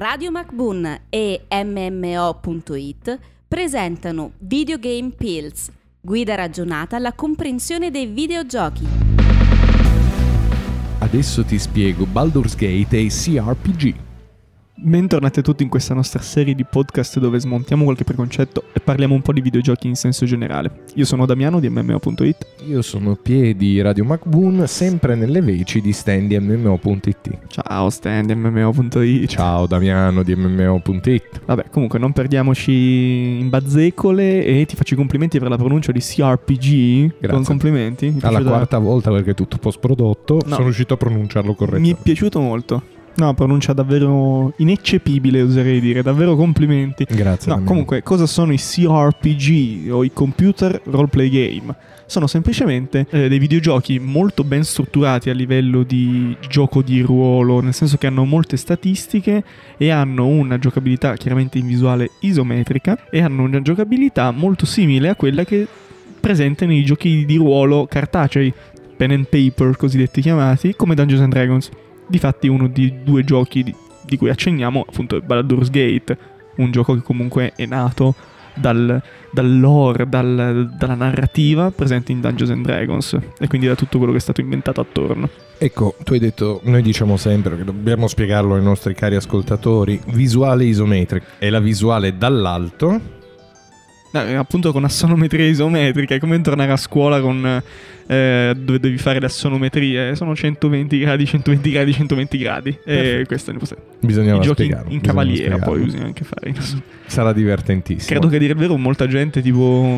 Radio MacBoon e MMO.it presentano Videogame Pills, guida ragionata alla comprensione dei videogiochi. Adesso ti spiego Baldur's Gate e i CRPG. Bentornati a tutti in questa nostra serie di podcast dove smontiamo qualche preconcetto e parliamo un po' di videogiochi in senso generale. Io sono Damiano di MMO.it. Io sono Pie di Radio MacBoon, sempre nelle veci di Stan di MMO.it. Ciao Stan di MMO.it. Ciao Damiano di MMO.it. Vabbè, comunque non perdiamoci in bazzecole e ti faccio i complimenti per la pronuncia di CRPG. Grazie. Con complimenti. Alla quarta volta, perché è tutto post prodotto, No. sono riuscito a pronunciarlo Mi correttamente. è piaciuto molto. No, pronuncia davvero ineccepibile, oserei dire, davvero complimenti. Grazie. No, Damiano. comunque, cosa sono i CRPG o i Computer Roleplay Game? Sono semplicemente dei videogiochi molto ben strutturati a livello di gioco di ruolo, nel senso che hanno molte statistiche e hanno una giocabilità chiaramente in visuale isometrica e hanno una giocabilità molto simile a quella che è presente nei giochi di ruolo cartacei, pen and paper cosiddetti chiamati, come Dungeons and Dragons. Difatti uno di due giochi di cui accenniamo appunto è Baldur's Gate, un gioco che comunque è nato dal lore, dalla narrativa presente in Dungeons and Dragons e quindi da tutto quello che è stato inventato attorno. Ecco, tu hai detto, noi diciamo sempre che dobbiamo spiegarlo ai nostri cari ascoltatori, visuale isometrica è la visuale dall'alto. Appunto con assonometria isometrica, è come tornare a scuola con dove devi fare le assonometrie, sono 120 gradi, 120 gradi, 120 gradi. E questo è Bisognava i giochi spiegarlo, in bisognava cavaliera, spiegarlo. poi bisogna anche fare. Sarà divertentissimo. Credo che a dire il vero molta gente tipo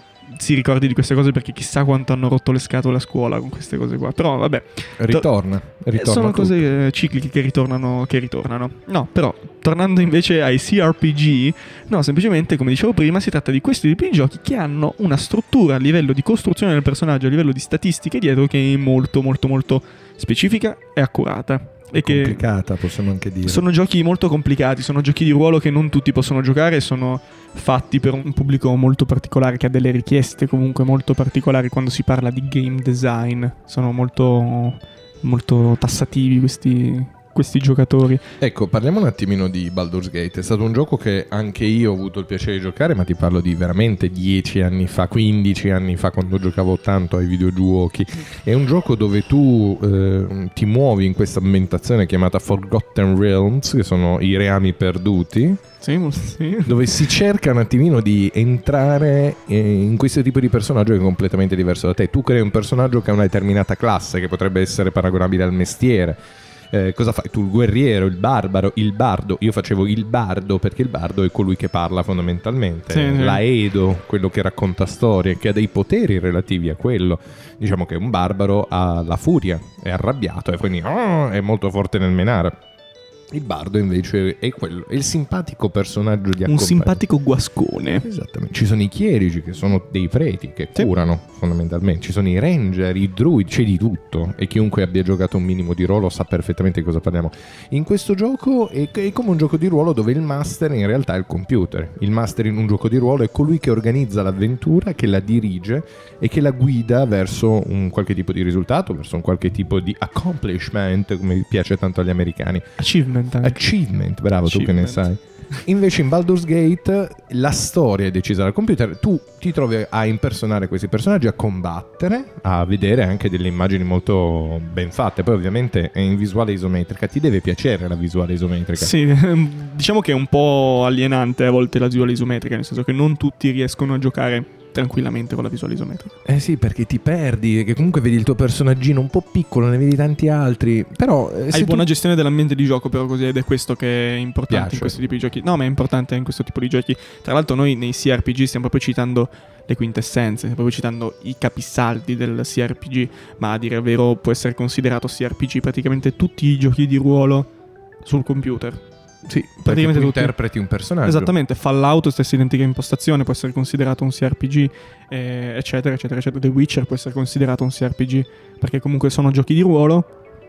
si ricordi di queste cose perché chissà quanto hanno rotto le scatole a scuola con queste cose qua. Però vabbè, Ritorna sono tutto. cose cicliche che ritornano. No, però tornando invece ai CRPG, no, semplicemente come dicevo prima si tratta di questi tipi di giochi che hanno una struttura a livello di costruzione del personaggio, a livello di statistiche dietro che è molto molto molto specifica e accurata. E che complicata, possiamo anche dire. sono giochi molto complicati, sono giochi di ruolo che non tutti possono giocare, sono fatti per un pubblico molto particolare che ha delle richieste comunque molto particolari quando si parla di game design. Sono molto molto tassativi questi giocatori. Ecco, parliamo un attimino di Baldur's Gate. È stato un gioco che anche io ho avuto il piacere di giocare, ma ti parlo di veramente 10 anni fa, 15 anni fa, quando giocavo tanto ai videogiochi. È un gioco dove tu ti muovi in questa ambientazione chiamata Forgotten Realms, che sono i reami perduti, Sì. dove si cerca un attimino di entrare in questo tipo di personaggio che è completamente diverso da te. Tu crei un personaggio che ha una determinata classe, che potrebbe essere paragonabile al mestiere. Cosa fai? Tu il guerriero, il barbaro, il bardo. Io facevo il bardo perché il bardo è colui che parla fondamentalmente. Sì. La Edo, quello che racconta storie, che ha dei poteri relativi a quello. Diciamo che un barbaro ha la furia, è arrabbiato e quindi è molto forte nel menare. Il bardo invece è quello, è il simpatico personaggio di Un simpatico guascone. Esattamente. Ci sono i chierici che sono dei preti che curano fondamentalmente. Ci sono i ranger, i druidi, c'è di tutto. E chiunque abbia giocato un minimo di ruolo sa perfettamente di cosa parliamo. In questo gioco è come un gioco di ruolo dove il master in realtà è il computer. Il master in un gioco di ruolo è colui che organizza l'avventura, che la dirige e che la guida verso un qualche tipo di risultato, verso un qualche tipo di accomplishment, come piace tanto agli americani. Achievement, bravo, tu che ne sai. Invece in Baldur's Gate la storia è decisa dal computer. Tu ti trovi a impersonare questi personaggi, a combattere, a vedere anche delle immagini molto ben fatte. Poi ovviamente è in visuale isometrica. Ti deve piacere la visuale isometrica. Sì, diciamo che è un po' alienante a volte la visuale isometrica, nel senso che non tutti riescono a giocare tranquillamente con la visuale isometrica. Sì, perché ti perdi, che comunque vedi il tuo personaggino un po' piccolo, ne vedi tanti altri. Però hai buona gestione dell'ambiente di gioco, però così, ed è questo che è importante Piace. in questo tipo di giochi. No, ma è importante in questo tipo di giochi. Tra l'altro noi nei CRPG stiamo proprio citando le quintessenze, stiamo proprio citando i capisaldi del CRPG, ma a dire il vero può essere considerato CRPG praticamente tutti i giochi di ruolo sul computer. Sì, perché praticamente tu tutti. interpreti un personaggio. Esattamente, Fallout, stessa identica impostazione, può essere considerato un CRPG, eccetera, eccetera, eccetera. The Witcher può essere considerato un CRPG, perché comunque sono giochi di ruolo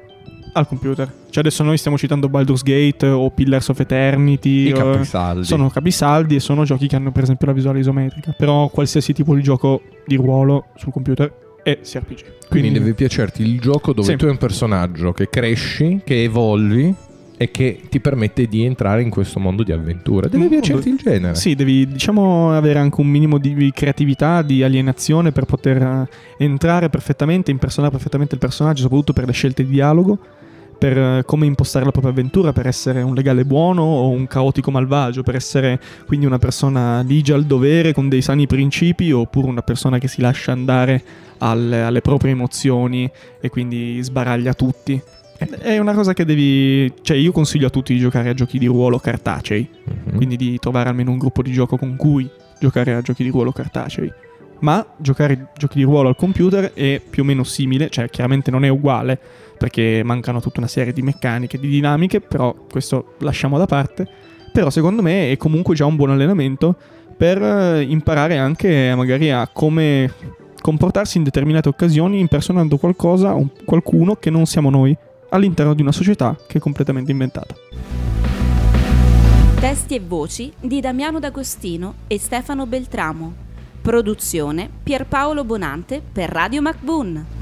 al computer. Cioè adesso noi stiamo citando Baldur's Gate o Pillars of Eternity. I capisaldi. Sono capisaldi e sono giochi che hanno per esempio la visuale isometrica. Però qualsiasi tipo di gioco di ruolo sul computer è CRPG. Quindi deve piacerti il gioco dove Sì. tu hai un personaggio che cresci, che evolvi e che ti permette di entrare in questo mondo di avventura. Deve piacerti il genere. Sì, devi avere anche un minimo di creatività, di alienazione per poter entrare perfettamente, impersonare perfettamente il personaggio, soprattutto per le scelte di dialogo, per come impostare la propria avventura, per essere un legale buono o un caotico malvagio, per essere quindi una persona ligia al dovere con dei sani principi, oppure una persona che si lascia andare alle proprie emozioni e quindi sbaraglia tutti. È una cosa che io consiglio a tutti di giocare a giochi di ruolo cartacei, quindi di trovare almeno un gruppo di gioco con cui giocare a giochi di ruolo cartacei. Ma giocare a giochi di ruolo al computer è più o meno simile, cioè chiaramente non è uguale perché mancano tutta una serie di meccaniche, di dinamiche, però questo lasciamo da parte. Però secondo me è comunque già un buon allenamento per imparare anche magari a come comportarsi in determinate occasioni impersonando qualcosa o qualcuno che non siamo noi, all'interno di una società che è completamente inventata. Testi e voci di Damiano D'Agostino e Stefano Beltramo. Produzione Pierpaolo Bonante per Radio MacBoon.